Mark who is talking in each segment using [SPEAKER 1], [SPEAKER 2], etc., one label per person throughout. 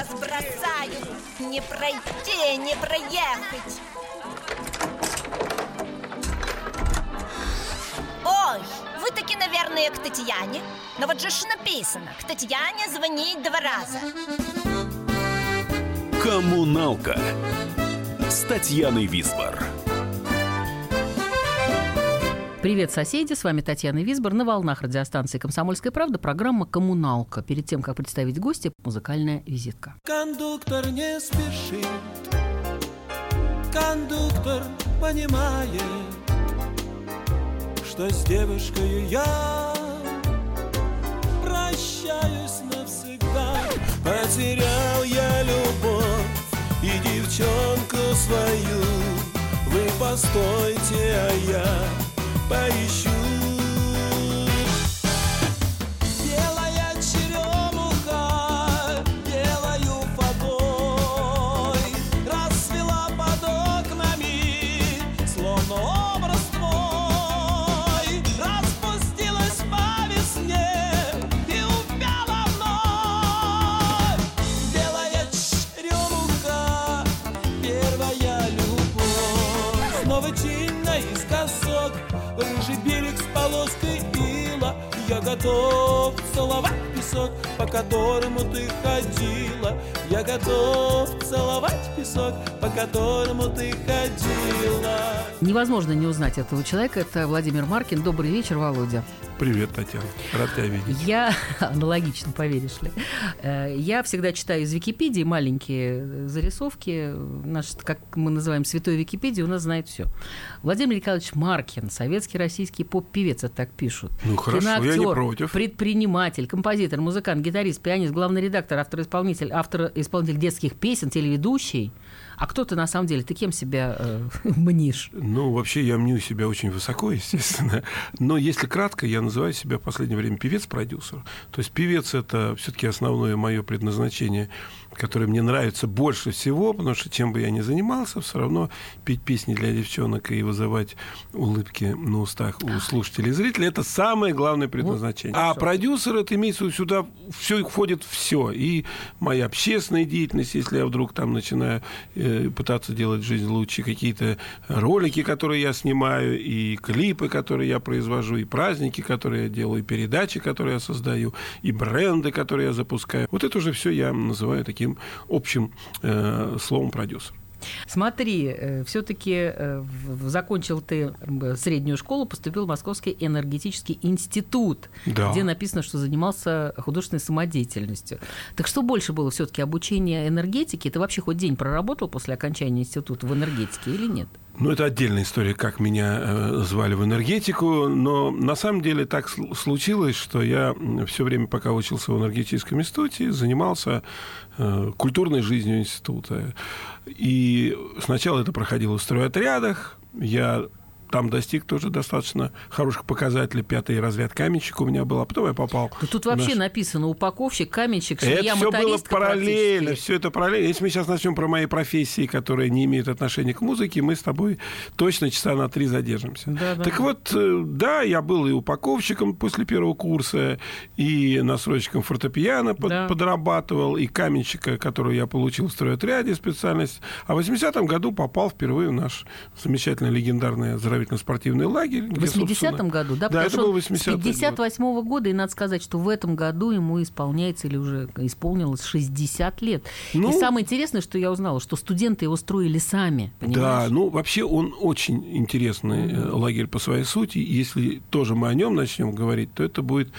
[SPEAKER 1] вас бросаю. Не пройти, не проехать. Ой, вы таки, наверное, к Татьяне. Но вот же ж написано: к Татьяне звонить 2 раза.
[SPEAKER 2] «Коммуналка» с Татьяной Висбор.
[SPEAKER 3] Привет, соседи, с вами Татьяна Висбор. На волнах радиостанции «Комсомольская правда» программа «Коммуналка». Перед тем, как представить гостя, музыкальная визитка.
[SPEAKER 4] Кондуктор не спешит, кондуктор понимает, что с девушкой я прощаюсь навсегда. Потерял я любовь и девчонку свою. Вы постойте, а я поищу. Белая черемуха белою фатой расцвела под окнами, словно образ твой. Распустилась по весне и упала вновь. Белая черемуха, первая любовь. Снова тень наискосок, рыжий берег с полоской ила. Я готов целовать песок, по которому ты ходила. Я готов целовать песок, по которому ты ходила.
[SPEAKER 3] Невозможно не узнать этого человека. Это Владимир Маркин. Добрый вечер, Володя.
[SPEAKER 5] Привет, Татьяна. Рад тебя видеть.
[SPEAKER 3] Я, аналогично, поверишь ли, я всегда читаю из Википедии маленькие зарисовки. Наш, как мы называем, святой Википедии, у нас знает все. Владимир Николаевич Маркин, советский российский поп-певец, это так пишут.
[SPEAKER 5] Ну, хорошо,
[SPEAKER 3] киноактер,
[SPEAKER 5] я не против.
[SPEAKER 3] Предприниматель, композитор, музыкант, гитарист, пианист, главный редактор, автор-исполнитель детских песен, телеведущий. А кто ты на самом деле? Ты кем себя мнишь?
[SPEAKER 5] Ну, вообще, я мню себя очень высоко, естественно. Но если кратко, я называю себя в последнее время певец-продюсер. То есть певец – это все-таки основное мое предназначение, которое мне нравится больше всего, потому что чем бы я ни занимался, все равно петь песни для девчонок и вызывать улыбки на устах у слушателей и зрителей – это самое главное предназначение. А продюсер – это имеется в виду, сюда все входит все. И моя общественная деятельность, если я вдруг там начинаю пытаться делать жизнь лучше, какие-то ролики, которые я снимаю, и клипы, которые я произвожу, и праздники, которые я делаю, и передачи, которые я создаю, и бренды, которые я запускаю. Вот это уже все я называю таким общим словом продюсер.
[SPEAKER 3] Смотри, все-таки закончил ты среднюю школу, поступил в Московский энергетический институт,
[SPEAKER 5] да,
[SPEAKER 3] где написано, что занимался художественной самодеятельностью. Так что больше было все-таки обучение энергетике? Ты вообще хоть день проработал после окончания института в энергетике или нет?
[SPEAKER 5] Ну, это отдельная история, как меня звали в энергетику, но на самом деле так случилось, что я все время, пока учился в энергетическом институте, занимался культурной жизнью института. И сначала это проходило в стройотрядах, я там достиг тоже достаточно хороших показателей. 5-й разряд каменщика у меня был, а потом я попал.
[SPEAKER 3] Да тут вообще написано упаковщик, каменщик, швея,
[SPEAKER 5] мотористка. Это все было параллельно, все это параллельно. Если мы сейчас начнем про мои профессии, которые не имеют отношения к музыке, мы с тобой точно часа на 3 задержимся.
[SPEAKER 3] Да.
[SPEAKER 5] Вот, да, я был и упаковщиком после первого курса, и настройщиком фортепиано подрабатывал, и каменщика, которую я получил в стройотряде специальность. А в 80-м году попал впервые в наш замечательный легендарный оздоровительно-спортивный лагерь.
[SPEAKER 3] В 80-м году, да?
[SPEAKER 5] Да, это был 80-й
[SPEAKER 3] год. С 58-го года, и надо сказать, что в этом году ему исполняется или уже исполнилось 60 лет. И самое интересное, что я узнала, что студенты его строили сами, понимаешь?
[SPEAKER 5] Да, вообще он очень интересный лагерь по своей сути. Если тоже мы о нем начнем говорить, то это будет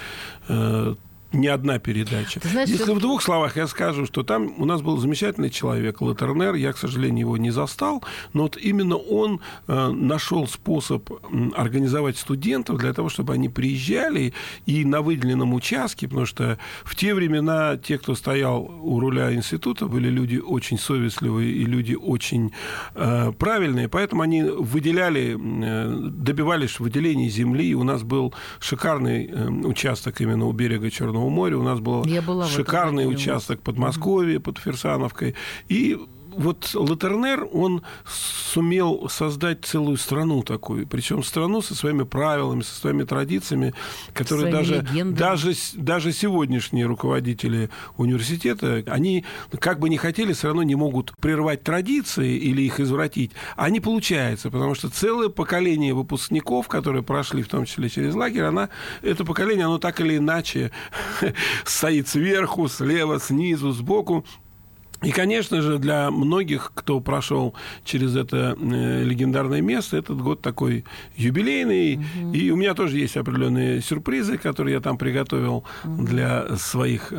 [SPEAKER 5] не одна передача.
[SPEAKER 3] Знаешь,
[SPEAKER 5] если в 2 словах я скажу, что там у нас был замечательный человек, Латернер, я, к сожалению, его не застал, но вот именно он нашел способ организовать студентов для того, чтобы они приезжали и на выделенном участке, потому что в те времена те, кто стоял у руля института, были люди очень совестливые и люди очень правильные, поэтому они выделяли, добивались выделения земли. У нас был шикарный участок именно у берега Черного моря. У нас был шикарный участок в Подмосковье, под Фирсановкой. И вот Латернер, он сумел создать целую страну такую, причем страну со своими правилами, со своими традициями, которые даже сегодняшние руководители университета, они как бы не хотели, все равно не могут прервать традиции или их извратить, а не получается, потому что целое поколение выпускников, которые прошли, в том числе через лагерь, это поколение, оно так или иначе стоит сверху, слева, снизу, сбоку. И, конечно же, для многих, кто прошел через это легендарное место, этот год такой юбилейный. И у меня тоже есть определенные сюрпризы, которые я там приготовил для своих...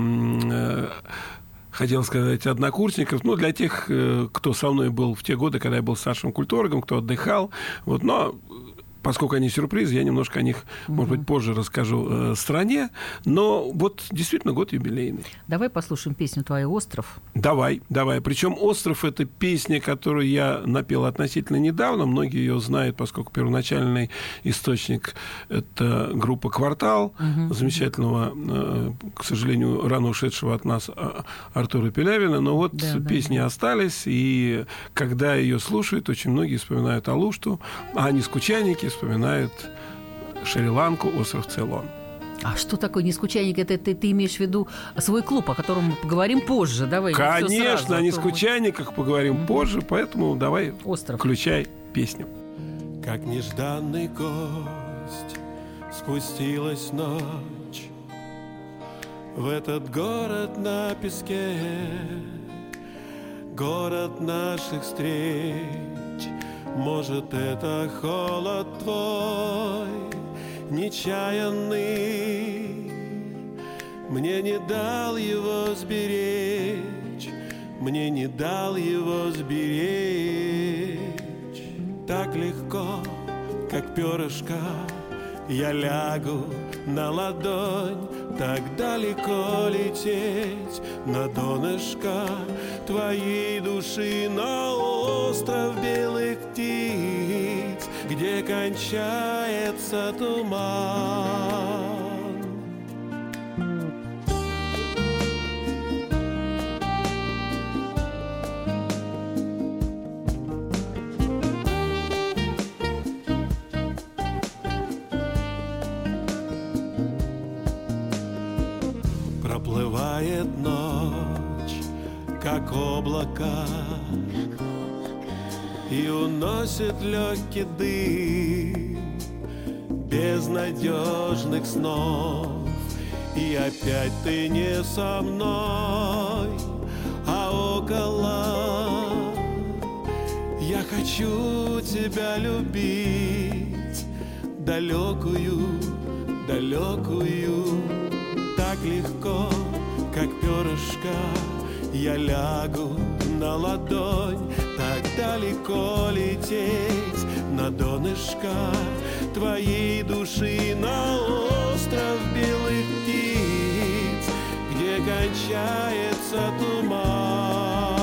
[SPEAKER 5] хотел сказать, однокурсников, для тех, кто со мной был в те годы, когда я был старшим культурологом, кто отдыхал. Вот, но поскольку они сюрпризы, я немножко о них, может быть, позже расскажу стране. Но вот действительно год юбилейный.
[SPEAKER 3] Давай послушаем песню твою «Остров».
[SPEAKER 5] Давай. Причем «Остров» — это песня, которую я напел относительно недавно. Многие ее знают, поскольку первоначальный источник — это группа «Квартал», замечательного, к сожалению, рано ушедшего от нас Артура Пелявина. Но вот песни остались, и когда ее слушают, очень многие вспоминают Алушту, а нескучайники вспоминают Шри-Ланку, остров Цейлон.
[SPEAKER 3] А что такое нескучайник? Это ты имеешь в виду свой клуб, о котором мы поговорим позже? Давай.
[SPEAKER 5] Конечно, о нескучайниках поговорим позже, поэтому давай включай песню.
[SPEAKER 4] Как нежданный гость спустилась ночь в этот город на песке, город наших встреч. Может, это холод твой нечаянный, мне не дал его сберечь, мне не дал его сберечь. Так легко, как перышко, я лягу на ладонь, так далеко лететь на донышко твоей души, на остров белых птиц, где кончается туман. Проплывает ночь, как облака, и уносит легкий дым безнадежных снов. И опять ты не со мной, а около. Я хочу тебя любить, далекую, далекую. Так легко, как перышко, я лягу на ладонь, так далеко лететь на донышко твоей души, на остров белых птиц, где кончается туман.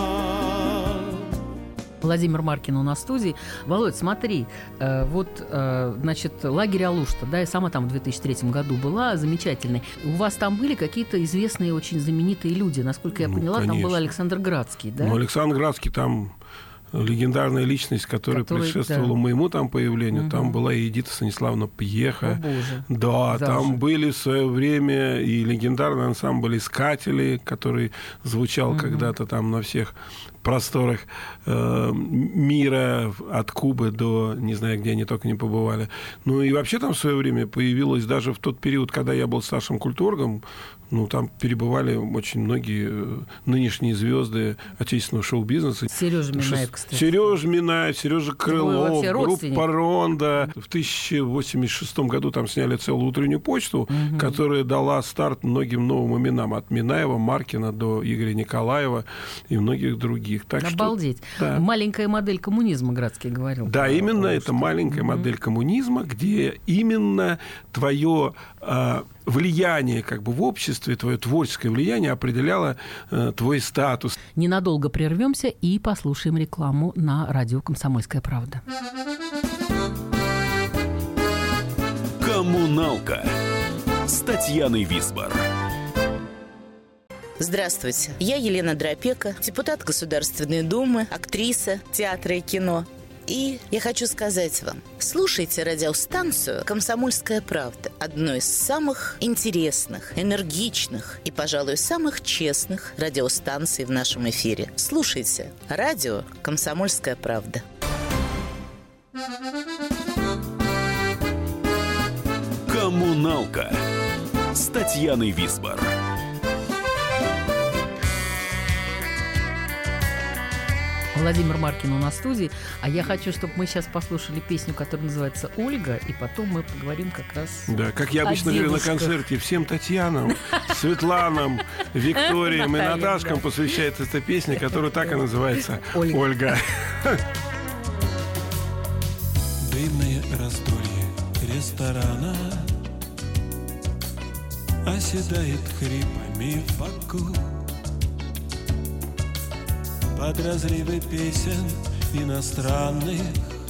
[SPEAKER 3] Владимир Маркин у нас в студии. Володь, смотри, значит, лагерь Алушта, да, я сама там в 2003 году была, замечательный. У вас там были какие-то известные, очень знаменитые люди, насколько я поняла, конечно. Там был Александр Градский, да?
[SPEAKER 5] Александр Градский там легендарная личность, которая предшествовала моему там появлению. Там была и Эдита Станиславовна Пьеха. Да, там были в свое время и легендарный ансамбль «Искатели», который звучал когда-то там на всех просторах мира, от Кубы до, не знаю, где они только не побывали. Ну и вообще там в свое время появилось, даже в тот период, когда я был старшим культурологом, там перебывали очень многие нынешние звезды отечественного шоу-бизнеса.
[SPEAKER 3] Сережа Минаев, кстати.
[SPEAKER 5] Сережа Минаев, Сережа Крылов, группа «Ронда». В 1086 году там сняли целую утреннюю почту, которая дала старт многим новым именам. От Минаева, Маркина до Игоря Николаева и многих других. Так
[SPEAKER 3] обалдеть.
[SPEAKER 5] Да.
[SPEAKER 3] Маленькая модель коммунизма, Градский говорил.
[SPEAKER 5] Да, именно это маленькая модель коммунизма, где именно твое влияние как бы в обществе, твое творческое влияние определяло твой статус.
[SPEAKER 3] Ненадолго прервемся и послушаем рекламу на радио «Комсомольская правда».
[SPEAKER 2] Коммуналка с Татьяной Висбор.
[SPEAKER 6] Здравствуйте, я Елена Дропека, депутат Государственной Думы, актриса театра и кино. И я хочу сказать вам, слушайте радиостанцию «Комсомольская правда», одну из самых интересных, энергичных и, пожалуй, самых честных радиостанций в нашем эфире. Слушайте радио «Комсомольская правда».
[SPEAKER 2] «Коммуналка» с Татьяной Висбор.
[SPEAKER 3] Владимир Маркин у нас в студии. А я хочу, чтобы мы сейчас послушали песню, которая называется «Ольга», и потом мы поговорим как раз
[SPEAKER 5] Да, как я обычно говорю на концерте, всем Татьянам, Светланам, Викториям и Наташкам посвящается эта песня, которая так и называется «Ольга».
[SPEAKER 4] Дымное раздолье ресторана оседает хрипами в боку. Под разрывы песен иностранных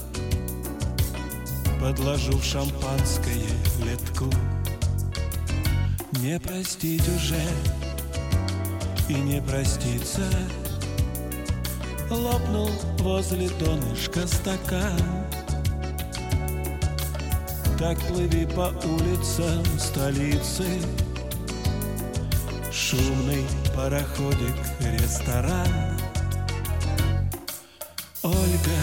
[SPEAKER 4] подложу в шампанское литку. Не простить уже и не проститься. Лопнул возле донышка стакан. Так плыви по улицам столицы. Шумный пароходик-ресторан. Ольга,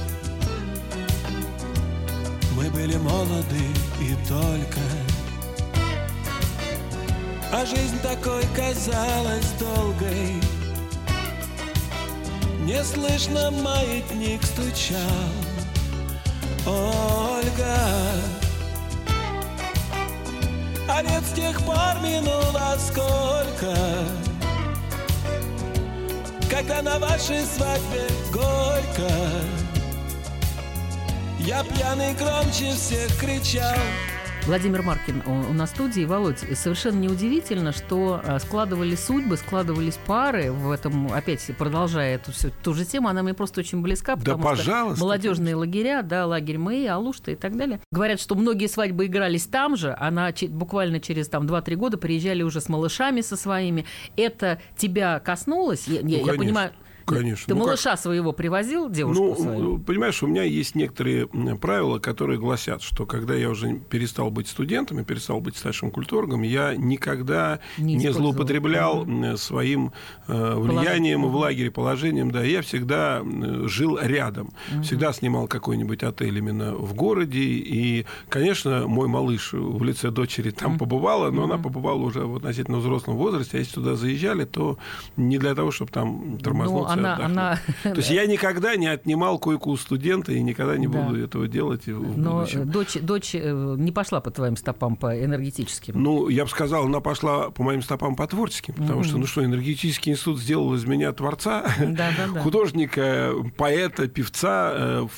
[SPEAKER 4] мы были молоды и только, а жизнь такой казалась долгой. Неслышно маятник стучал. Ольга, а лет с тех пор минуло сколько, когда на вашей свадьбе горько я пьяный громче всех кричал.
[SPEAKER 3] Владимир Маркин у нас в студии. Володь, совершенно неудивительно, что складывались судьбы, складывались пары в этом, опять продолжая эту всю ту же тему, она мне просто очень близка, потому что молодежные лагеря, да, лагерь МАИ, Алушта и так далее. Говорят, что многие свадьбы игрались там же, она буквально через 2-3 года приезжали уже с малышами со своими. Это тебя коснулось? Я понимаю...
[SPEAKER 5] Конечно.
[SPEAKER 3] Ты малыша своего привозил, девушку свою?
[SPEAKER 5] Понимаешь, у меня есть некоторые правила, которые гласят, что когда я уже перестал быть студентом и перестал быть старшим культурологом, я никогда не злоупотреблял своим влиянием в лагере, положением. Да, я всегда жил рядом. Всегда снимал какой-нибудь отель именно в городе. И, конечно, мой малыш в лице дочери там побывала, но она побывала уже в относительно взрослом возрасте. А если туда заезжали, то не для того, чтобы там тормознуться. То есть я никогда не отнимал койку у студента и никогда не буду этого делать в будущем.
[SPEAKER 3] Дочь не пошла по твоим стопам, по энергетическим?
[SPEAKER 5] Ну, я бы сказал, она пошла по моим стопам по творческим, потому что, энергетический институт сделал из меня творца, художника, поэта, певца,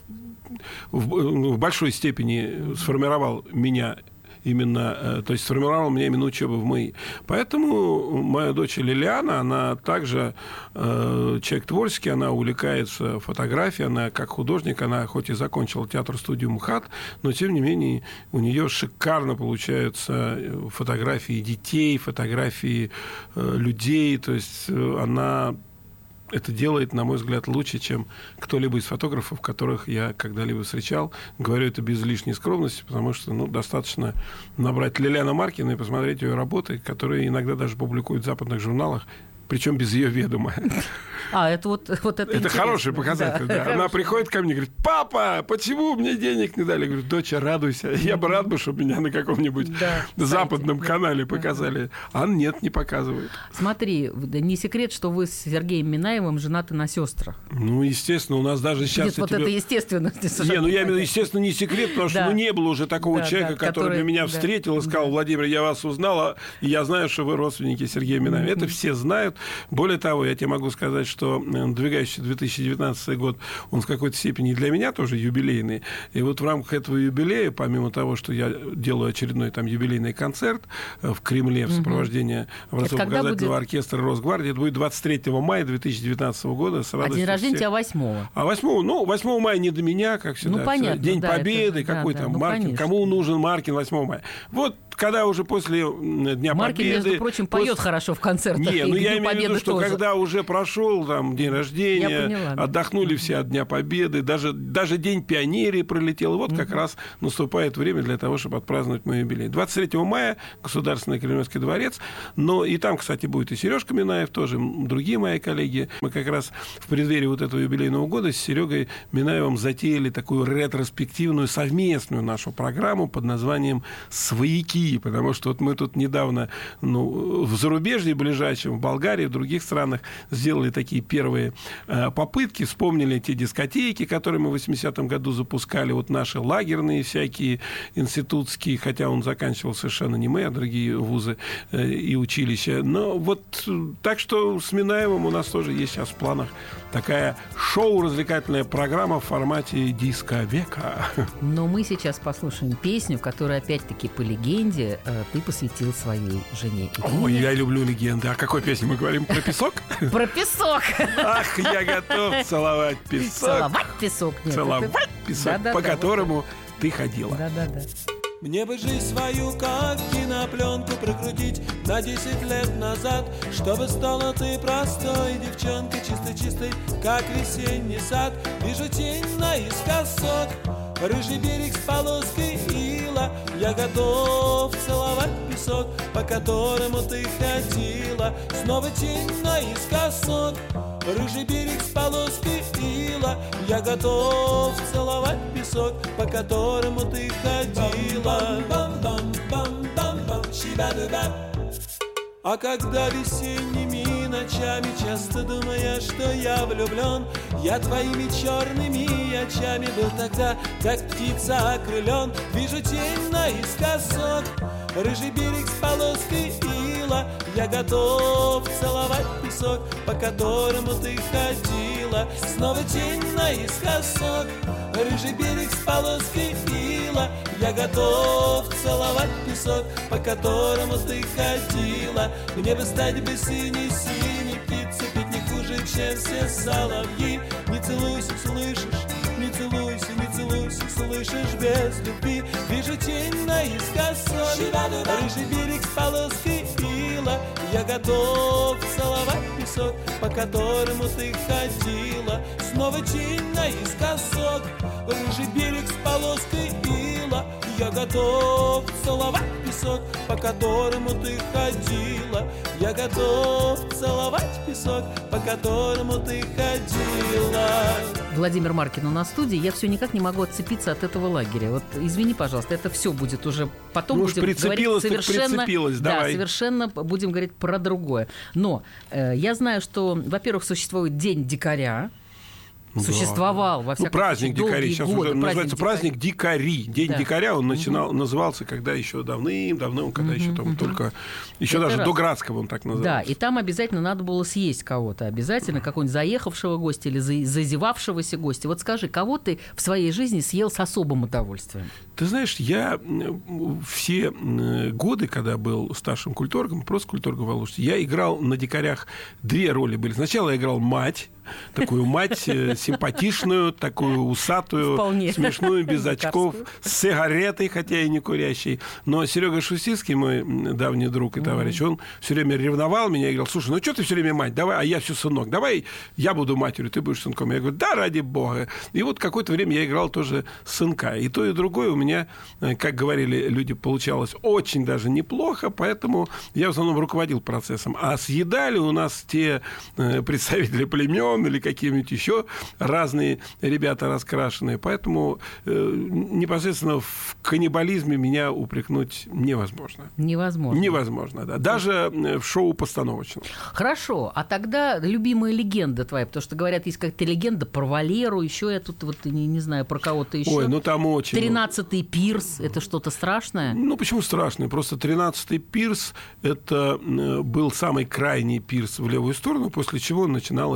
[SPEAKER 5] в большой степени сформировал меня именно, то есть сформировала меня именно учеба в МАИ. Поэтому моя дочь Лилиана, она также человек творческий, она увлекается фотографией, она как художник, она хоть и закончила театр-студию МХАТ, но тем не менее у нее шикарно получаются фотографии детей, фотографии людей, то есть она это делает, на мой взгляд, лучше, чем кто-либо из фотографов, которых я когда-либо встречал. Говорю это без лишней скромности, потому что достаточно набрать Лилиана Маркина и посмотреть ее работы, которые иногда даже публикуют в западных журналах, причем без ее ведома. Это хороший показатель. Да. Она приходит ко мне и говорит: папа, почему мне денег не дали? Я говорю: доча, радуйся. Я бы рад, чтобы меня на каком-нибудь западном канале показали. А нет, не показывают.
[SPEAKER 3] Смотри, не секрет, что вы с Сергеем Минаевым женаты на сестрах.
[SPEAKER 5] Ну, естественно, у нас даже сейчас...
[SPEAKER 3] Это естественно.
[SPEAKER 5] Я имею в виду, естественно, не секрет, потому что не было уже такого человека, который бы меня встретил и сказал: Владимир, я вас узнала, и я знаю, что вы родственники Сергея Минаева. Это все знают. Более того, я тебе могу сказать, что надвигающийся 2019 год, он в какой-то степени для меня тоже юбилейный. И вот в рамках этого юбилея, помимо того, что я делаю очередной там юбилейный концерт в Кремле в сопровождении образцово-показательного оркестра Росгвардии, это будет 23 мая 2019 года.
[SPEAKER 3] А день рождения у тебя 8-го?
[SPEAKER 5] А 8 мая не до меня, как всегда.
[SPEAKER 3] Ну, понятно.
[SPEAKER 5] День Победы, какой там Маркин. Конечно. Кому нужен Маркин 8 мая? Вот когда уже после Дня
[SPEAKER 3] Маркин,
[SPEAKER 5] Победы...
[SPEAKER 3] между прочим, поет хорошо в концертах.
[SPEAKER 5] Не, ну я имею в виду, что тоже. Когда уже прошел там день рождения, поняла, отдохнули все от Дня Победы, даже День пионерии пролетел, вот как раз наступает время для того, чтобы отпраздновать мой юбилей. 23 мая Государственный Кремлевский дворец, но и там, кстати, будет и Сережка Минаев, тоже другие мои коллеги. Мы как раз в преддверии вот этого юбилейного года с Серегой Минаевым затеяли такую ретроспективную совместную нашу программу под названием «Свояки», потому что вот мы тут недавно в зарубежье ближайшем, в Болгарии, в других странах сделали такие первые попытки, вспомнили те дискотеки, которые мы в 80-м году запускали, вот наши лагерные всякие институтские, хотя он заканчивал совершенно не мы, а другие вузы и училища. Но вот так что с Минаевым у нас тоже есть сейчас в планах такая шоу-развлекательная программа в формате диско-века.
[SPEAKER 3] Но мы сейчас послушаем песню, которую, опять-таки, по легенде ты посвятил своей жене.
[SPEAKER 5] Ой, я люблю легенды. О какой песне мы говорим? Про песок?
[SPEAKER 3] Про песок!
[SPEAKER 5] Ах, я готов целовать песок.
[SPEAKER 3] Целовать песок? Нет,
[SPEAKER 5] целовать песок, по которому ты ходила.
[SPEAKER 3] Да-да-да.
[SPEAKER 4] Мне бы жизнь свою, как кинопленку, прокрутить на 10 лет назад, чтобы стала ты простой девчонкой, чистой-чистой, как весенний сад. Вижу тень наискосок, рыжий берег с полоской ила. Я готов целовать песок, по которому ты ходила. Снова тень наискосок, рыжий берег с полоской ила. Я готов целовать песок, по которому ты ходила. А когда весенними ночами часто думая, что я влюблен, я твоими черными очами был тогда, как птица окрылен. Вижу тень наискосок, рыжий берег с полоской ила. Я готов целовать песок, по которому ты ходила. Снова тень наискосок, рыжий берег с полоской ила. Я готов целовать песок, по которому ты ходила. Мне бы стать бы синей-синей птицей, петь не хуже, чем все соловьи. Не целуйся, слышишь? Не целуйся, не целуйся, слышишь, без любви. Вижу тень наискосок, рыжий берег с полоской ила. Я готов целовать песок, по которому ты ходила. Снова тень наискосок, рыжий берег с полоской ила. Я готов целовать песок, по которому ты ходила. Я готов целовать песок, по которому ты ходила.
[SPEAKER 3] Владимир Маркин у нас в студии. Я все никак не могу отцепиться от этого лагеря. Вот извини, пожалуйста, это все будет уже потом будем говорить совершенно, да, совершенно будем говорить про другое. Но я знаю, что, во-первых, существует День дикаря. Существовал, во всяком
[SPEAKER 5] праздник
[SPEAKER 3] случае,
[SPEAKER 5] дикарей. Сейчас уже называется праздник дикари. День
[SPEAKER 3] да.
[SPEAKER 5] дикаря, он назывался, когда еще давным-давно, когда еще там только... Еще это даже раз. До Градского он так назывался.
[SPEAKER 3] Да, и там обязательно надо было съесть кого-то. Обязательно какого-нибудь заехавшего гостя или зазевавшегося гостя. Вот скажи, кого ты в своей жизни съел с особым удовольствием?
[SPEAKER 5] Ты знаешь, я все годы, когда был старшим культургом, просто культургом в Алуште, я играл на дикарях две роли были. Сначала я играл мать, такую мать симпатичную, такую усатую, вполне смешную, без очков, с сигаретой, хотя и не курящей. Но Серега Шустицкий, мой давний друг и товарищ, он все время ревновал меня и говорил: слушай, ну что ты все время мать, давай, а я все сынок, давай я буду матерью, ты будешь сынком. Я говорю: да, ради бога. И вот какое-то время я играл тоже сынка. И то, и другое у меня, как говорили люди, получалось очень даже неплохо, поэтому я в основном руководил процессом. А съедали у нас те представители племен или какие-нибудь еще разные ребята раскрашенные. Поэтому непосредственно в каннибализме меня упрекнуть невозможно.
[SPEAKER 3] Невозможно.
[SPEAKER 5] Невозможно, да. Даже в шоу постановочном.
[SPEAKER 3] Хорошо. А тогда любимая легенда твоя, потому что, говорят, есть какая-то легенда про Валеру, еще я тут вот не знаю, про кого-то еще.
[SPEAKER 5] Ой, ну там очень...
[SPEAKER 3] 13-й пирс, это что-то страшное?
[SPEAKER 5] Ну, почему страшное? Просто 13-й пирс, это был самый крайний пирс в левую сторону, после чего начиналось такое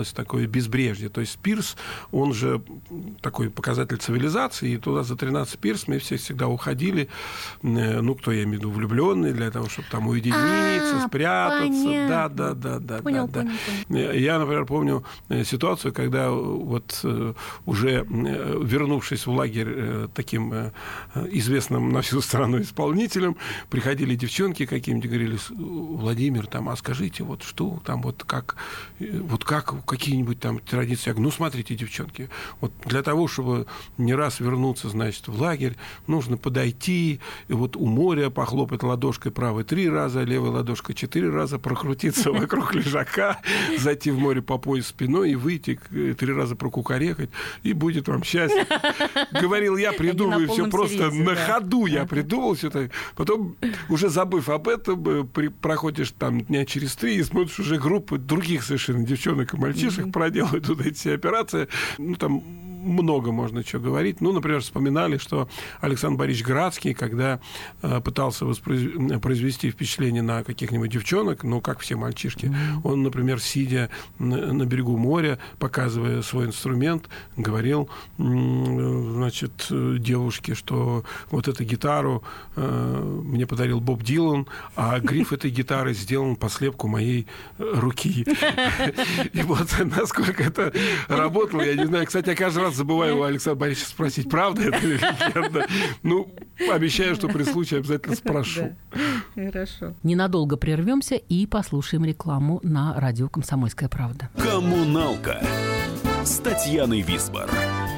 [SPEAKER 5] такое безбрежье. То есть пирс, он же такой показатель цивилизации, и туда за 13 пирс мы все всегда уходили, ну, кто я имею в виду, влюбленные, для того, чтобы там уединиться, спрятаться. Да.
[SPEAKER 3] Понял.
[SPEAKER 5] Я, например, помню ситуацию, когда вот уже вернувшись в лагерь таким известным на всю страну исполнителем, приходили девчонки какие-нибудь, говорили: Владимир, там, а скажите, вот что там, вот как какие-нибудь там традиции. Я говорю: ну, смотрите, девчонки, вот для того, чтобы не раз вернуться, значит, в лагерь, нужно подойти, и вот у моря похлопать ладошкой правой 3 раза, левой ладошкой 4 раза, прокрутиться вокруг лежака, зайти в море по пояс спиной и выйти 3 раза прокукарекать, и будет вам счастье. Говорил я, придумываю все просто на ходу, я придумал все это. Потом, уже забыв об этом, проходишь там дня через 3 и смотришь, уже группы других совершенно девчонок и мальчишек проделывают вот эти все операции. Ну, там много можно чего говорить. Ну, например, вспоминали, что Александр Борисович Градский, когда пытался произвести впечатление на каких-нибудь девчонок, ну, как все мальчишки, он, например, сидя на берегу моря, показывая свой инструмент, говорил, значит, девушке, что вот эту гитару мне подарил Боб Дилан, а гриф этой гитары сделан по слепку моей руки. И вот насколько это работало, я не знаю. Кстати, я каждый раз забываю у Александра Борисовича спросить, правда это или легенда. Ну, обещаю, что при случае обязательно спрошу.
[SPEAKER 3] Хорошо. Ненадолго прервемся и послушаем рекламу на радио «Комсомольская правда».
[SPEAKER 2] Коммуналка с Татьяной Висбор.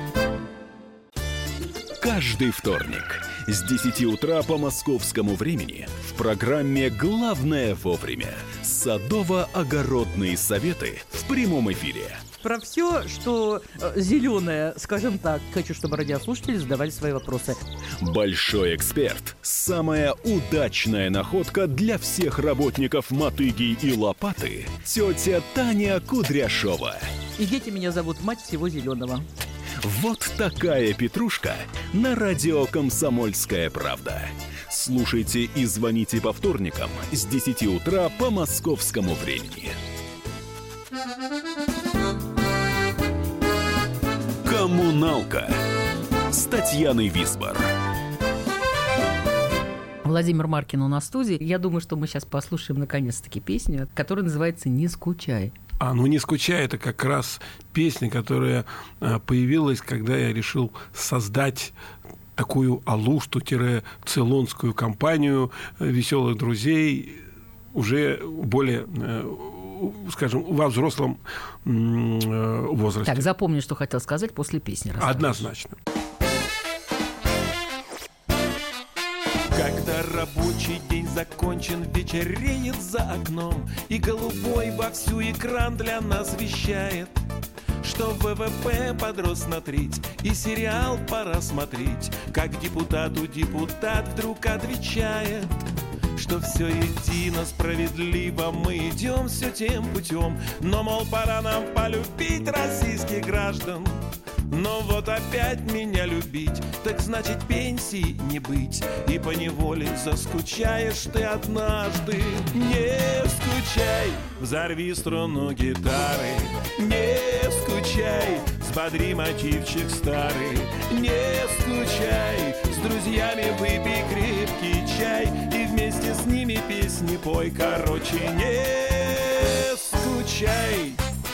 [SPEAKER 2] Каждый вторник с 10 утра по московскому времени в программе «Главное вовремя» садово-огородные советы в прямом эфире.
[SPEAKER 7] Про все, что зеленое, скажем так, хочу, чтобы радиослушатели задавали свои вопросы.
[SPEAKER 2] Большой эксперт. Самая удачная находка для всех работников мотыги и лопаты. Тетя Таня Кудряшова.
[SPEAKER 7] И дети меня зовут мать всего зеленого.
[SPEAKER 2] Вот такая петрушка на радио «Комсомольская правда». Слушайте и звоните по вторникам с 10 утра по московскому времени. Коммуналка с Татьяной Висбор.
[SPEAKER 3] Владимир Маркин у нас в студии. Я думаю, что мы сейчас послушаем наконец-таки песню, которая называется «Не скучай».
[SPEAKER 5] Ну, «Не скучай» — это как раз песня, которая появилась, когда я решил создать такую алушту-цейлонскую компанию веселых друзей, уже более, скажем, во взрослом возрасте.
[SPEAKER 3] Так, запомни, что хотел сказать, после песни расскажешь.
[SPEAKER 5] Однозначно.
[SPEAKER 4] Когда рабочий день закончен, вечереет за окном, и голубой во всю экран для нас вещает, что ВВП подрос на треть, и сериал пора смотреть. Как депутат вдруг отвечает, что все едино, справедливо, мы идем все тем путем. Но, мол, пора нам полюбить российских граждан. Но вот опять меня любить, так значит пенсии не быть. И поневоле заскучаешь ты однажды. Не скучай, взорви струну гитары. Не скучай, взбодри мотивчик старый. Не скучай, с друзьями выпей крепкий чай и вместе с ними песни пой. Короче, не скучай.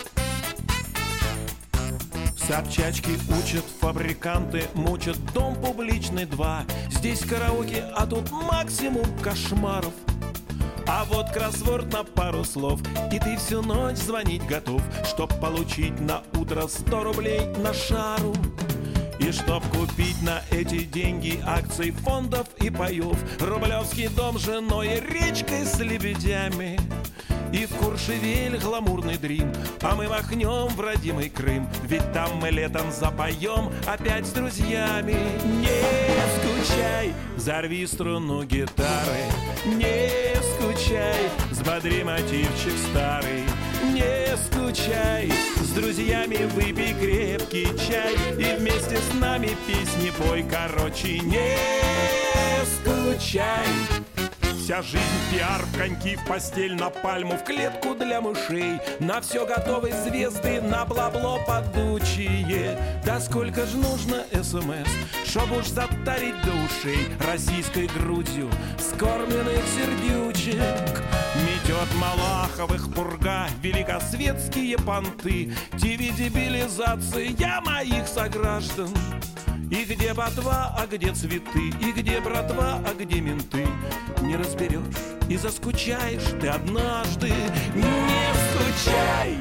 [SPEAKER 4] Собчачки учат, фабриканты мучат, дом публичный 2. Здесь караоке, а тут максимум кошмаров. А вот кроссворд на пару слов, и ты всю ночь звонить готов, чтоб получить на утро 100 рублей на шару. И чтоб купить на эти деньги акций, фондов и паев, рублевский дом с женой и речкой с лебедями. И в Куршевель гламурный дрим, а мы махнем в родимый Крым, ведь там мы летом запоем опять с друзьями. Не скучай, взорви струну гитары. Не скучай, взбодри мотивчик старый. Не скучай, с друзьями выпей крепкий чай и вместе с нами песни пой. Короче, не скучай.
[SPEAKER 8] Вся жизнь пиар, в коньки, в постель, на пальму, в клетку для мышей. На все готовые звезды, на бла-бло падучие. Да сколько ж нужно СМС, чтоб уж затарить до ушей российской грудью скормленных сердючек. Метет Малаховых пурга, великосветские понты, ТВ-дебилизация моих сограждан. И где ботва, а где цветы, и где братва, а где менты. Не разберешь и заскучаешь ты однажды. Не скучай,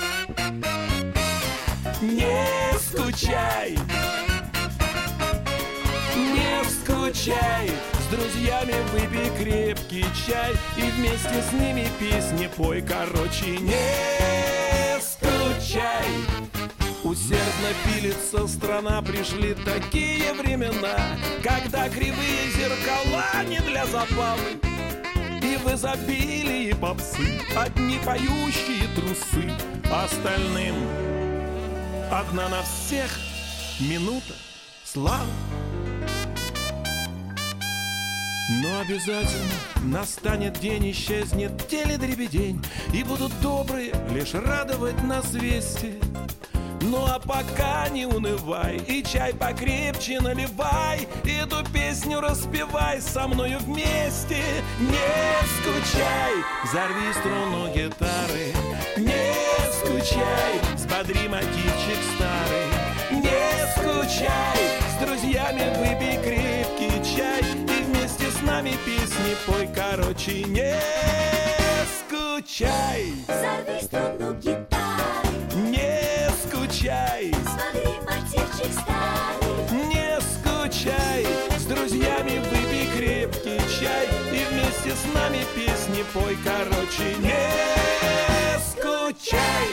[SPEAKER 8] не скучай, не скучай. С друзьями выпей крепкий чай и вместе с ними песни пой. Короче, не скучай. Усердно пилится страна, пришли такие времена, когда кривые зеркала не для забавы. И в изобилии попсы, одни поющие трусы, остальным одна на всех минута славы. Но обязательно настанет день, исчезнет теледребедень, и будут добрые лишь радовать нас вести. Ну а пока не унывай и чай покрепче наливай, эту песню распевай со мною вместе. Не скучай, взорви струну гитары, не скучай, взбодри мотивчик старый. Не скучай, с друзьями выпей крепкий чай и вместе с нами песни пой. Короче, не скучай,
[SPEAKER 9] взорви струну гитары,
[SPEAKER 8] не скучай,
[SPEAKER 9] смотри, мотивчик старый.
[SPEAKER 8] Не скучай, с друзьями выпей крепкий чай и вместе с нами песни пой. Короче, не скучай.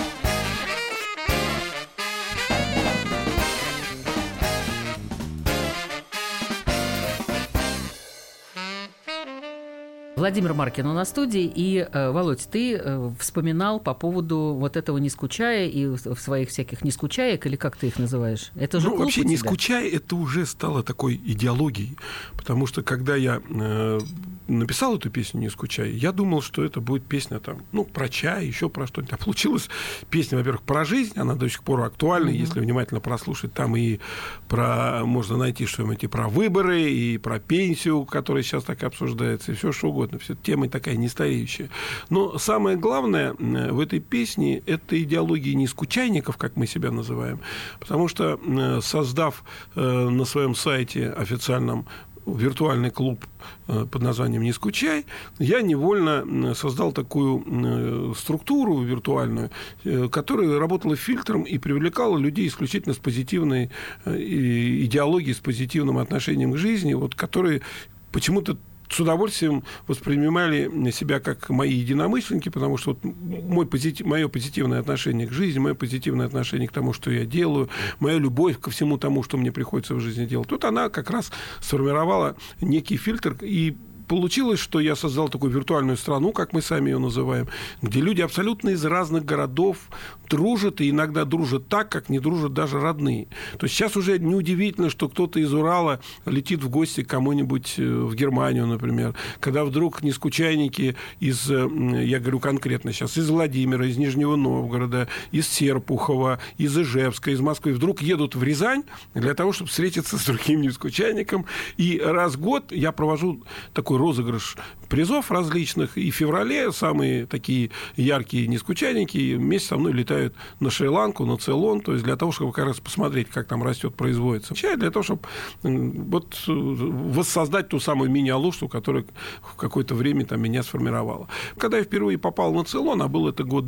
[SPEAKER 3] Владимир Маркин у нас в студии. И, Володь, ты вспоминал по поводу вот этого «не скучая» и в своих всяких «не скучаек», или как ты их называешь? Это же
[SPEAKER 5] вообще «не скучай» — это уже стало такой идеологией. Потому что, когда я написал эту песню «Не скучай», я думал, что это будет песня там, про чай, еще про что-нибудь. А получилась песня, во-первых, про жизнь, она до сих пор актуальна, если внимательно прослушать. Там и можно найти что-нибудь и про выборы, и про пенсию, которая сейчас так обсуждается, и все что угодно. Все тема такая нестареющая. Но самое главное в этой песне — это идеология нескучайников, как мы себя называем. Потому что, создав на своем сайте официальном виртуальный клуб под названием «Не скучай», я невольно создал такую структуру виртуальную, которая работала фильтром и привлекала людей исключительно с позитивной идеологией, с позитивным отношением к жизни, которые почему-то с удовольствием воспринимали себя как мои единомышленники, потому что мое позитивное отношение к жизни, мое позитивное отношение к тому, что я делаю, моя любовь ко всему тому, что мне приходится в жизни делать. Тут она как раз сформировала некий фильтр, и получилось, что я создал такую виртуальную страну, как мы сами ее называем, где люди абсолютно из разных городов дружат, и иногда дружат так, как не дружат даже родные. То есть сейчас уже неудивительно, что кто-то из Урала летит в гости к кому-нибудь в Германию, например, когда вдруг нескучайники я говорю конкретно сейчас, из Владимира, из Нижнего Новгорода, из Серпухова, из Ижевска, из Москвы, вдруг едут в Рязань для того, чтобы встретиться с другим нескучайником. И раз в год я провожу такой розыгрыш призов различных, и в феврале самые такие яркие нескучайники вместе со мной летают на Шри-Ланку, на Цейлон, то есть для того, чтобы как раз посмотреть, как там растет, производится чай, для того, чтобы воссоздать ту самую мини-Алушту, которая в какое-то время там меня сформировала. Когда я впервые попал на Цейлон, а был это год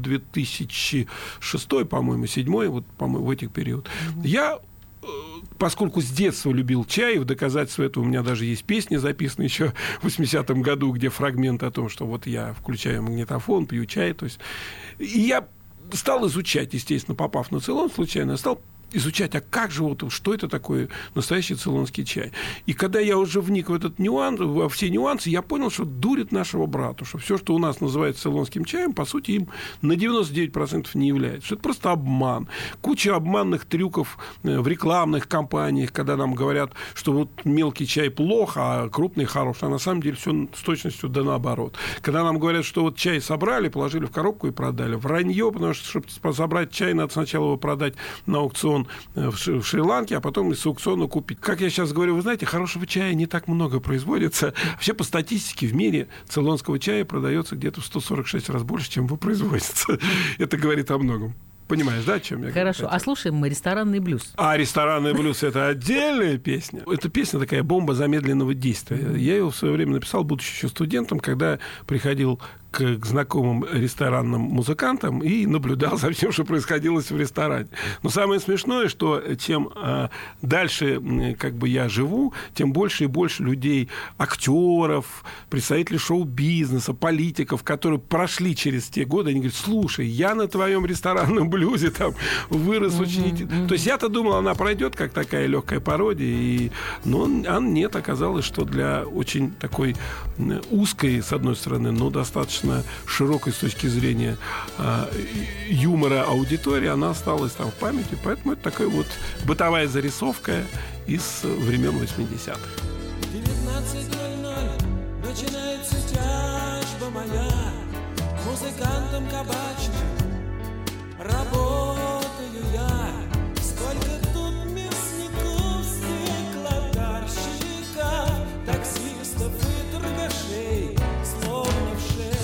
[SPEAKER 5] 2006, по-моему, 2007, по-моему, в этих период, я, поскольку с детства любил чай, в доказательство этого у меня даже есть песни, записанные еще в 80-м году, где фрагмент о том, что я включаю магнитофон, пью чай. То есть... И я стал изучать, естественно, попав на Цейлон случайно, стал изучать, а как же вот, что это такое настоящий цейлонский чай. И когда я уже вник в этот нюанс, во все нюансы, я понял, что дурит нашего брата, что все, что у нас называется цейлонским чаем, по сути, им на 99% не является. Что это просто обман. Куча обманных трюков в рекламных кампаниях, когда нам говорят, что вот мелкий чай плохо, а крупный хорош. А на самом деле все с точностью да наоборот. Когда нам говорят, что вот чай собрали, положили в коробку и продали. Вранье, потому что, чтобы собрать чай, надо сначала его продать на аукцион в Шри-Ланке, а потом из аукциона купить. Как я сейчас говорю, вы знаете, хорошего чая не так много производится. Вообще, по статистике, в мире цейлонского чая продается где-то в 146 раз больше, чем его производится. Это говорит о многом. Понимаешь, да, о чем я говорю?
[SPEAKER 3] Хорошо. А слушаем мы «Ресторанный блюз».
[SPEAKER 5] А «Ресторанный блюз» — это отдельная песня. Это песня такая бомба замедленного действия. Я ее в свое время написал, будучи еще студентом, когда приходил к знакомым ресторанным музыкантам и наблюдал за всем, что происходило в ресторане. Но самое смешное, что чем дальше как бы я живу, тем больше и больше людей, актеров, представителей шоу-бизнеса, политиков, которые прошли через те годы, они говорят: слушай, я на твоем ресторанном блюзе там вырос очень... То есть я-то думал, она пройдет как такая легкая пародия, но нет, оказалось, что для очень такой узкой, с одной стороны, но достаточно широкой с точки зрения юмора аудитории, она осталась там в памяти. Поэтому это такая вот бытовая зарисовка из времен 80-х.
[SPEAKER 4] 19:00 начинается тяжба моя, музыкантом кабачным работаю я. Сколько тут мясников, стеклотарщиков, таксистов и торгашей, словно в шее.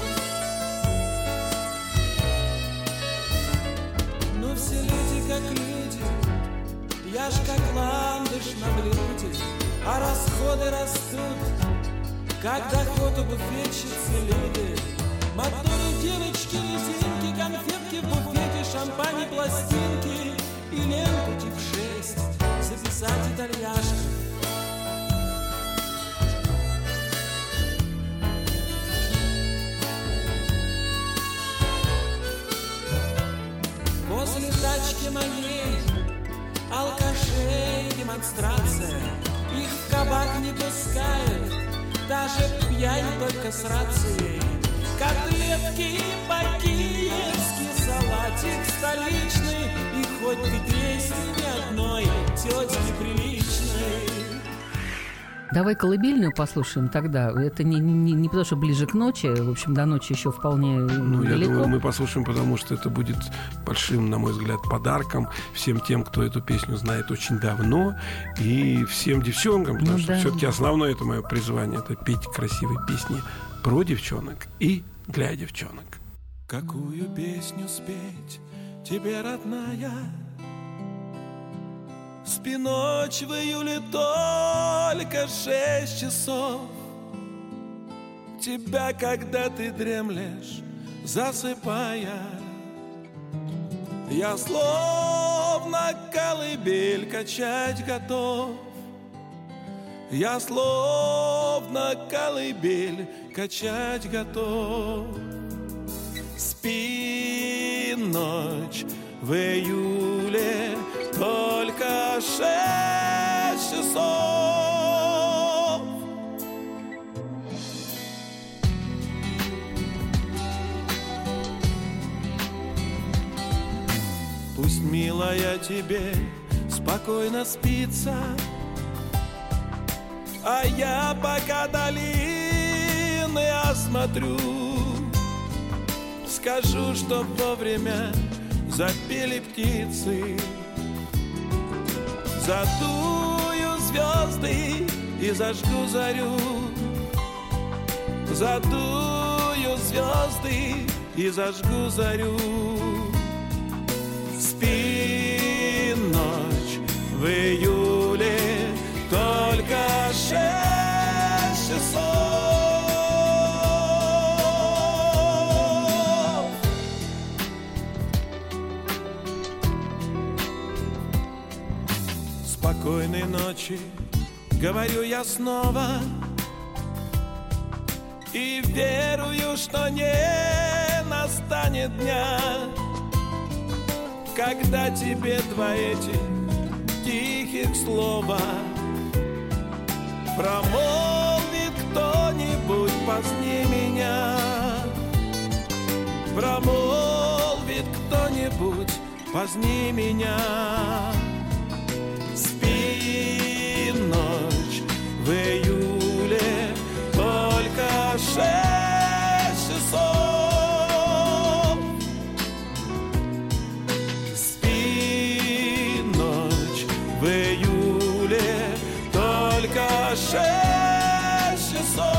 [SPEAKER 4] Но все люди как люди, я ж как ландыш на блюде, а расходы растут, как доход у буфетчицы Лиды. Моторы, девочки, резинки, конфетки в буфете, шампань и пластинки, и ленту тип 6 записать итальяшки. Возле тачки моей алкашей демонстрация, их в кабак не пускают, даже пьянь только с рацией. Котлетки по-киевски, салатик столичный, и хоть ты песни ни одной тетки приличной.
[SPEAKER 3] Давай колыбельную послушаем тогда. Это не потому, что ближе к ночи. В общем, до ночи еще вполне далеко.
[SPEAKER 5] Я думаю, мы послушаем, потому что это будет большим, на мой взгляд, подарком всем тем, кто эту песню знает очень давно, и всем девчонкам, потому что все-таки основное это мое призвание — это петь красивые песни про девчонок и для девчонок.
[SPEAKER 4] Какую песню спеть тебе, родная? Спи ночь в июле только 6 часов. Тебя, когда ты дремлешь, засыпая, я словно колыбель качать готов. Я словно колыбель качать готов. Спи ночь в июле только 6 часов. Пусть, милая, тебе спокойно спится, а я пока долины осмотрю. Скажу, что вовремя запели птицы. Задую звезды и зажгу зарю. Задую звезды и зажгу зарю. Спи ночь в июле только 6 часов. Спокойной ночи, говорю я снова, и верую, что не настанет дня,
[SPEAKER 8] когда тебе два этих тихих слова промолвит кто-нибудь позднее меня, промолвит кто-нибудь позднее меня. Спи ночь в июле, только 6 часов. Спи ночь в июле, только 6 часов.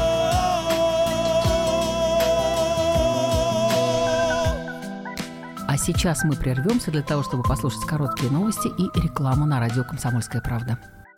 [SPEAKER 3] А сейчас мы прервемся для того, чтобы послушать короткие новости и рекламу на радио «Комсомольская правда».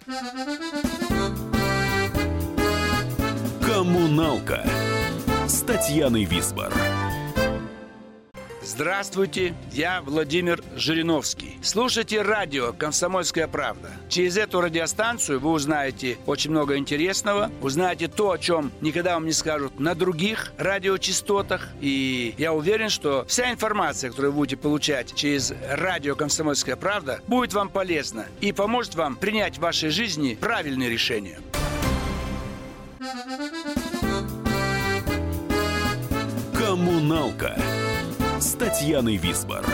[SPEAKER 2] «Коммуналка» с Татьяной Висбор.
[SPEAKER 10] Здравствуйте, я Владимир Жириновский. Слушайте радио «Комсомольская правда». Через эту радиостанцию вы узнаете очень много интересного, узнаете то, о чем никогда вам не скажут на других радиочастотах. И я уверен, что вся информация, которую вы будете получать через радио «Комсомольская правда», будет вам полезна и поможет вам принять в вашей жизни правильные решения.
[SPEAKER 2] «Коммуналка» с Татьяной Висбор.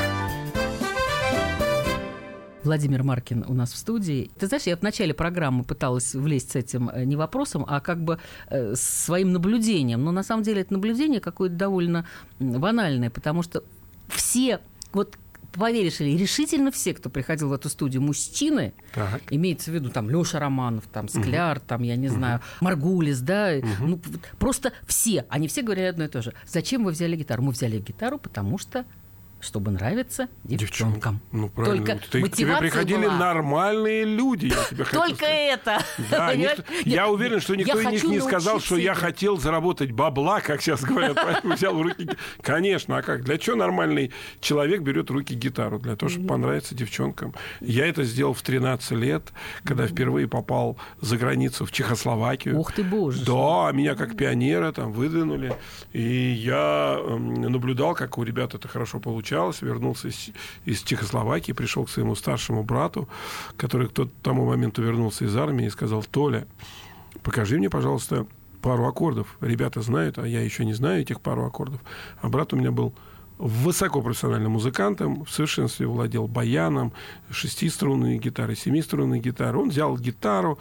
[SPEAKER 3] Владимир Маркин у нас в студии. Ты знаешь, я в начале программы пыталась влезть с этим не вопросом, а как бы своим наблюдением. Но на самом деле это наблюдение какое-то довольно банальное, потому что все, вот поверишь ли, решительно все, кто приходил в эту студию, мужчины, так. Имеется в виду там Лёша Романов, там Скляр, там, я не знаю, Маргулис, да, ну, просто все, они все говорили одно и то же. Зачем вы взяли гитару? Мы взяли гитару, потому что чтобы нравиться девчонкам.
[SPEAKER 5] Ну, правильно.
[SPEAKER 3] Только
[SPEAKER 5] к тебе приходили
[SPEAKER 3] была...
[SPEAKER 5] нормальные люди. Я тебе
[SPEAKER 3] только это.
[SPEAKER 5] Да, я уверен, что никто из них не сказал, что я хотел заработать бабла, как сейчас говорят. Поэтому взял в руки... Конечно, а как? Для чего нормальный человек берет в руки гитару? Для того, чтобы понравиться девчонкам. Я это сделал в 13 лет, когда впервые попал за границу в Чехословакию.
[SPEAKER 3] Ух ты, боже.
[SPEAKER 5] Да, меня как пионера там выдвинули. И я наблюдал, как у ребят это хорошо получалось. Вернулся из Чехословакии, пришел к своему старшему брату, который к тому моменту вернулся из армии, и сказал: Толя, покажи мне, пожалуйста, пару аккордов. Ребята знают, а я еще не знаю этих пару аккордов. А брат у меня был высокопрофессиональным музыкантом, в совершенстве владел баяном, 6-струнной гитарой, 7-струнной гитарой. Он взял гитару,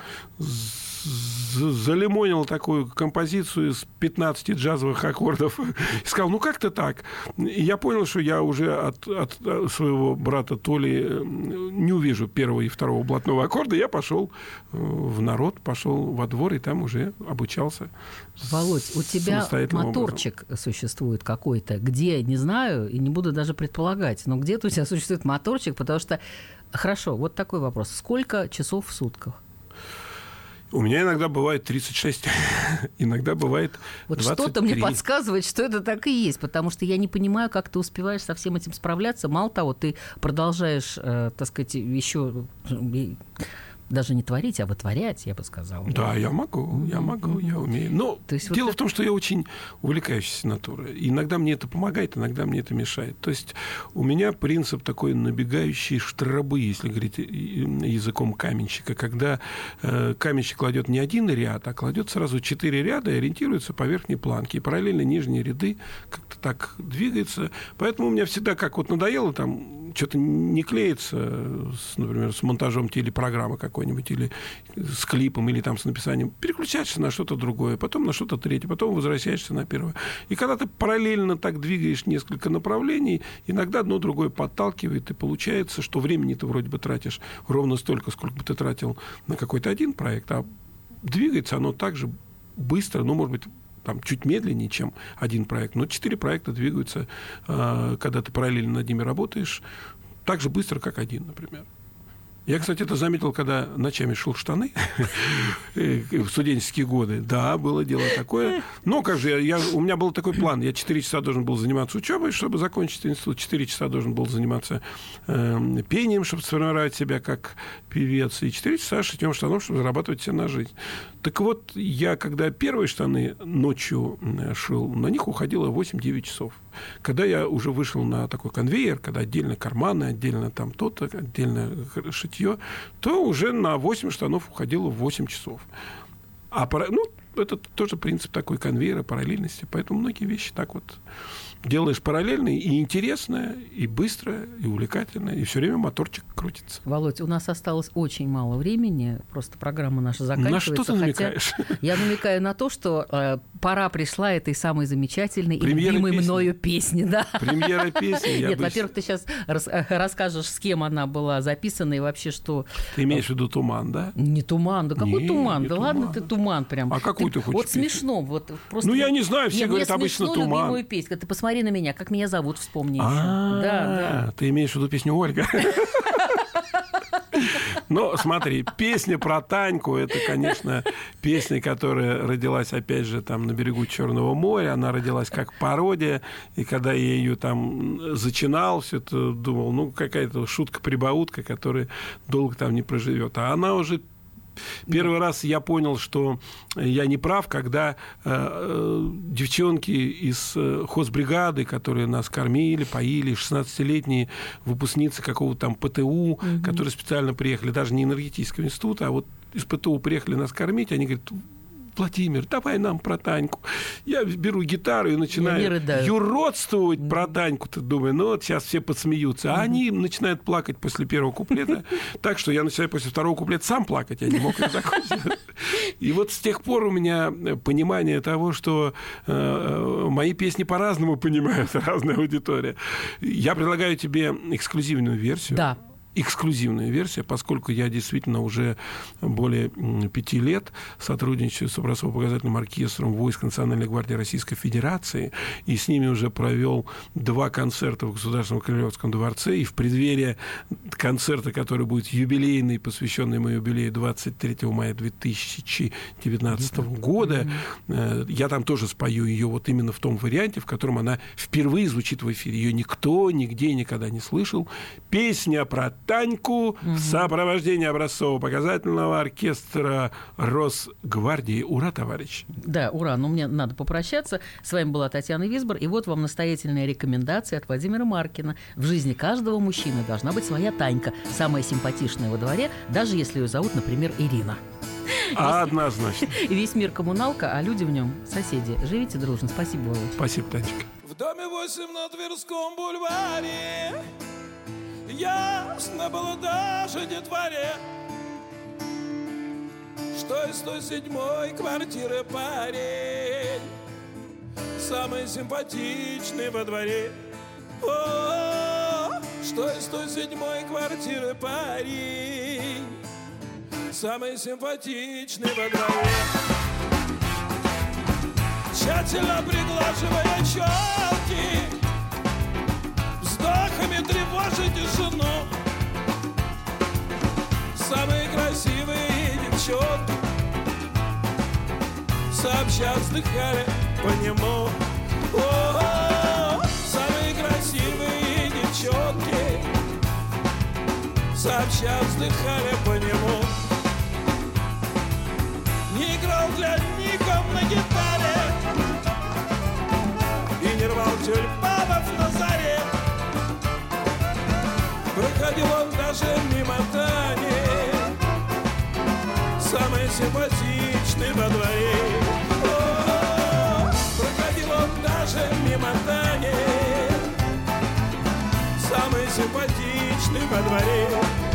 [SPEAKER 5] залимонил такую композицию из 15 джазовых аккордов и сказал: ну как-то так. И я понял, что я уже от своего брата Толи не увижу первого и второго блатного аккорда. Я пошел в народ, пошел во двор, и там уже обучался.
[SPEAKER 3] Володь, у тебя моторчик существует какой-то, где, не знаю, и не буду даже предполагать, но где-то у тебя существует моторчик, потому что... Хорошо, вот такой вопрос. Сколько часов в сутках?
[SPEAKER 5] У меня иногда бывает 36, иногда бывает 23.
[SPEAKER 3] Вот что-то мне подсказывает, что это так и есть, потому что я не понимаю, как ты успеваешь со всем этим справляться. Мало того, ты продолжаешь, так сказать, еще... Даже не творить, а вытворять, я бы сказал.
[SPEAKER 5] Да, я могу, я умею. Но дело в том, что я очень увлекающаяся натура. Иногда мне это помогает, иногда мне это мешает. То есть у меня принцип такой набегающей штробы, если говорить языком каменщика, когда каменщик кладет не один ряд, а кладет сразу 4 ряда и ориентируется по верхней планке. И параллельно нижние ряды как-то так двигаются. Поэтому у меня всегда, как вот надоело, там что-то не клеится, например, с монтажом телепрограммы какой-нибудь, или с клипом, или там с написанием, переключаешься на что-то другое, потом на что-то третье, потом возвращаешься на первое. И когда ты параллельно так двигаешь несколько направлений, иногда одно другое подталкивает, и получается, что времени ты вроде бы тратишь ровно столько, сколько бы ты тратил на какой-то один проект, а двигается оно так же быстро, ну, может быть, там, чуть медленнее, чем один проект. Но 4 проекта двигаются, когда ты параллельно над ними работаешь, так же быстро, как один, например. Я, кстати, это заметил, когда ночами шил штаны в студенческие годы. Да, было дело такое. Но как же, у меня был такой план. Я 4 часа должен был заниматься учебой, чтобы закончить институт. 4 часа должен был заниматься пением, чтобы сформировать себя как певец. И 4 часа шитьем штанов, чтобы зарабатывать себе на жизнь. Так вот, я, когда первые штаны ночью шил, на них уходило 8-9 часов. Когда я уже вышел на такой конвейер, когда отдельно карманы, отдельно там то-то, отдельно шитье, то уже на 8 штанов уходило в 8 часов. Это тоже принцип такой конвейера, параллельности. Поэтому многие вещи так вот делаешь параллельно, и интересное, и быстрое, и увлекательное, и все время моторчик крутится.
[SPEAKER 3] Володь, у нас осталось очень мало времени, просто программа наша заканчивается.
[SPEAKER 5] На что ты намекаешь?
[SPEAKER 3] Я намекаю на то, что пора пришла этой самой замечательной
[SPEAKER 5] Премьера
[SPEAKER 3] и любимой
[SPEAKER 5] песни.
[SPEAKER 3] мною песни. Да.
[SPEAKER 5] Премьера песни.
[SPEAKER 3] Нет, во-первых, ты сейчас расскажешь, с кем она была записана и вообще что...
[SPEAKER 5] Ты имеешь в виду «Туман», да?
[SPEAKER 3] Не «Туман», да какой
[SPEAKER 5] Не,
[SPEAKER 3] «Туман»?
[SPEAKER 5] не
[SPEAKER 3] Да
[SPEAKER 5] «Туман».
[SPEAKER 3] ладно ты «Туман» прям.
[SPEAKER 5] А какую ты хочешь
[SPEAKER 3] Вот
[SPEAKER 5] песню?
[SPEAKER 3] смешно. Вот просто...
[SPEAKER 5] Я не знаю, все говорят
[SPEAKER 3] мне
[SPEAKER 5] обычно
[SPEAKER 3] смешно
[SPEAKER 5] «Туман».
[SPEAKER 3] любимую песню. Ты посмотри на меня, как меня зовут, вспомни еще. Да.
[SPEAKER 5] Ты имеешь в виду песню «Ольга»? Но смотри, песня про Таньку, это, конечно, песня, которая родилась, опять же, там на берегу Черного моря. Она родилась как пародия. И когда я ее там зачинал, все это думал, какая-то шутка-прибаутка, которая долго там не проживет. А она уже... Первый раз я понял, что я не прав, когда девчонки из хозбригады, которые нас кормили, поили, 16-летние выпускницы какого-то там ПТУ, которые специально приехали, даже не энергетического института, а вот из ПТУ приехали нас кормить, они говорят: Владимир, давай нам про Таньку. Я беру гитару и начинаю юродствовать про Таньку. Ты думаешь, вот сейчас все подсмеются. А они начинают плакать после первого куплета. Так что я начинаю после второго куплета сам плакать. Я не мог это закончить. И вот с тех пор у меня понимание того, что мои песни по-разному понимают разная аудитория. Я предлагаю тебе эксклюзивную версию.
[SPEAKER 3] Да.
[SPEAKER 5] Эксклюзивная версия, поскольку я действительно уже более 5 лет сотрудничаю с образцово-показательным оркестром войск Национальной гвардии Российской Федерации, и с ними уже провел 2 концерта в Государственном Кремлевском дворце, и в преддверии концерта, который будет юбилейный, посвященный моему юбилею 23 мая 2019 года, я там тоже спою ее вот именно в том варианте, в котором она впервые звучит в эфире. Ее никто нигде никогда не слышал. Песня про Таньку в сопровождении образцово-показательного оркестра Росгвардии. Ура, товарищ!
[SPEAKER 3] Да, ура. Но мне надо попрощаться. С вами была Татьяна Висбор. И вот вам настоятельная рекомендация от Владимира Маркина. В жизни каждого мужчины должна быть своя Танька, самая симпатичная во дворе, даже если ее зовут, например, Ирина.
[SPEAKER 5] Однозначно.
[SPEAKER 3] Весь мир коммуналка, а люди в нем соседи. Живите дружно. Спасибо, Володя.
[SPEAKER 5] Спасибо, Танечка.
[SPEAKER 4] В доме 8 на Тверском бульваре ясно было даже детворе, что из 107-й квартиры парень самый симпатичный во дворе. О, что из 107-й квартиры парень самый симпатичный во дворе. Тщательно приглаживая челки, вздохами тревожит тишину, самые красивые девчонки сообща вздыхали по нему. О, самые красивые девчонки сообща вздыхали по нему. Не играл для ником на гитаре и не рвал тюльпанов на заре. Проходил он даже мимо Тани, самый симпатичный во дворе. О, проходил он даже мимо Тани, самый симпатичный во дворе.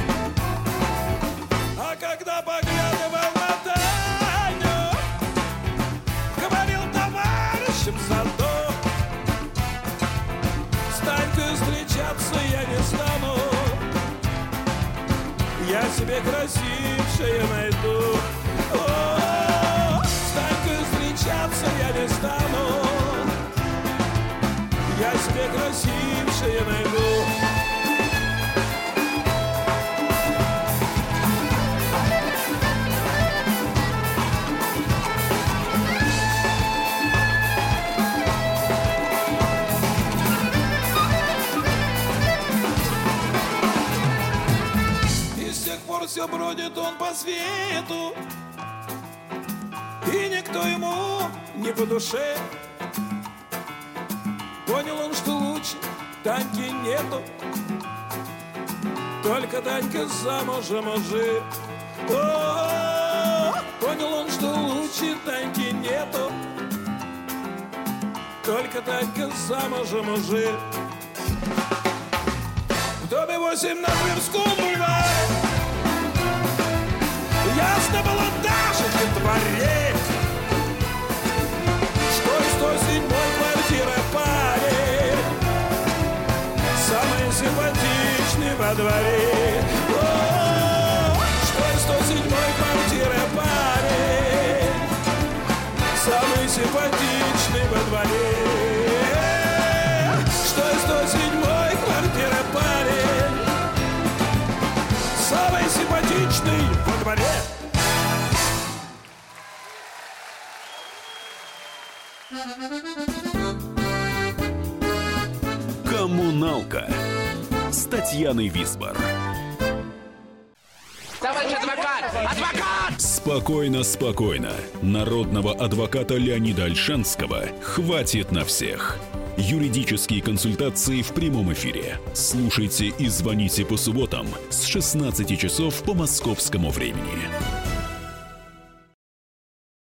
[SPEAKER 4] А когда поглядывал на Таню, говорил товарищам зато: с Танькой встречаться я не стану, я себе красившее найду. О, с Танькой встречаться я не стану, я себе красившее найду. Все бродит он по свету, и никто ему не по душе. Понял он, Таньки нету, только Танька замужем уже. О, понял он, что лучше Таньки нету, только Танька замужем уже. В доме 8 на Тверском бульваре ясно было даже детворе, что из 107-й квартиры парень самый симпатичный во дворе. О, что из 107-й квартиры парень самый симпатичный во дворе. Что из 107-й квартиры парень самый симпатичный во дворе.
[SPEAKER 2] «Коммуналка» с Татьяной Висбор.
[SPEAKER 11] Товарищ адвокат! Адвокат!
[SPEAKER 2] Спокойно, спокойно. Народного адвоката Леонида Ольшанского хватит на всех. Юридические консультации в прямом эфире. Слушайте и звоните по субботам с 16 часов по московскому времени.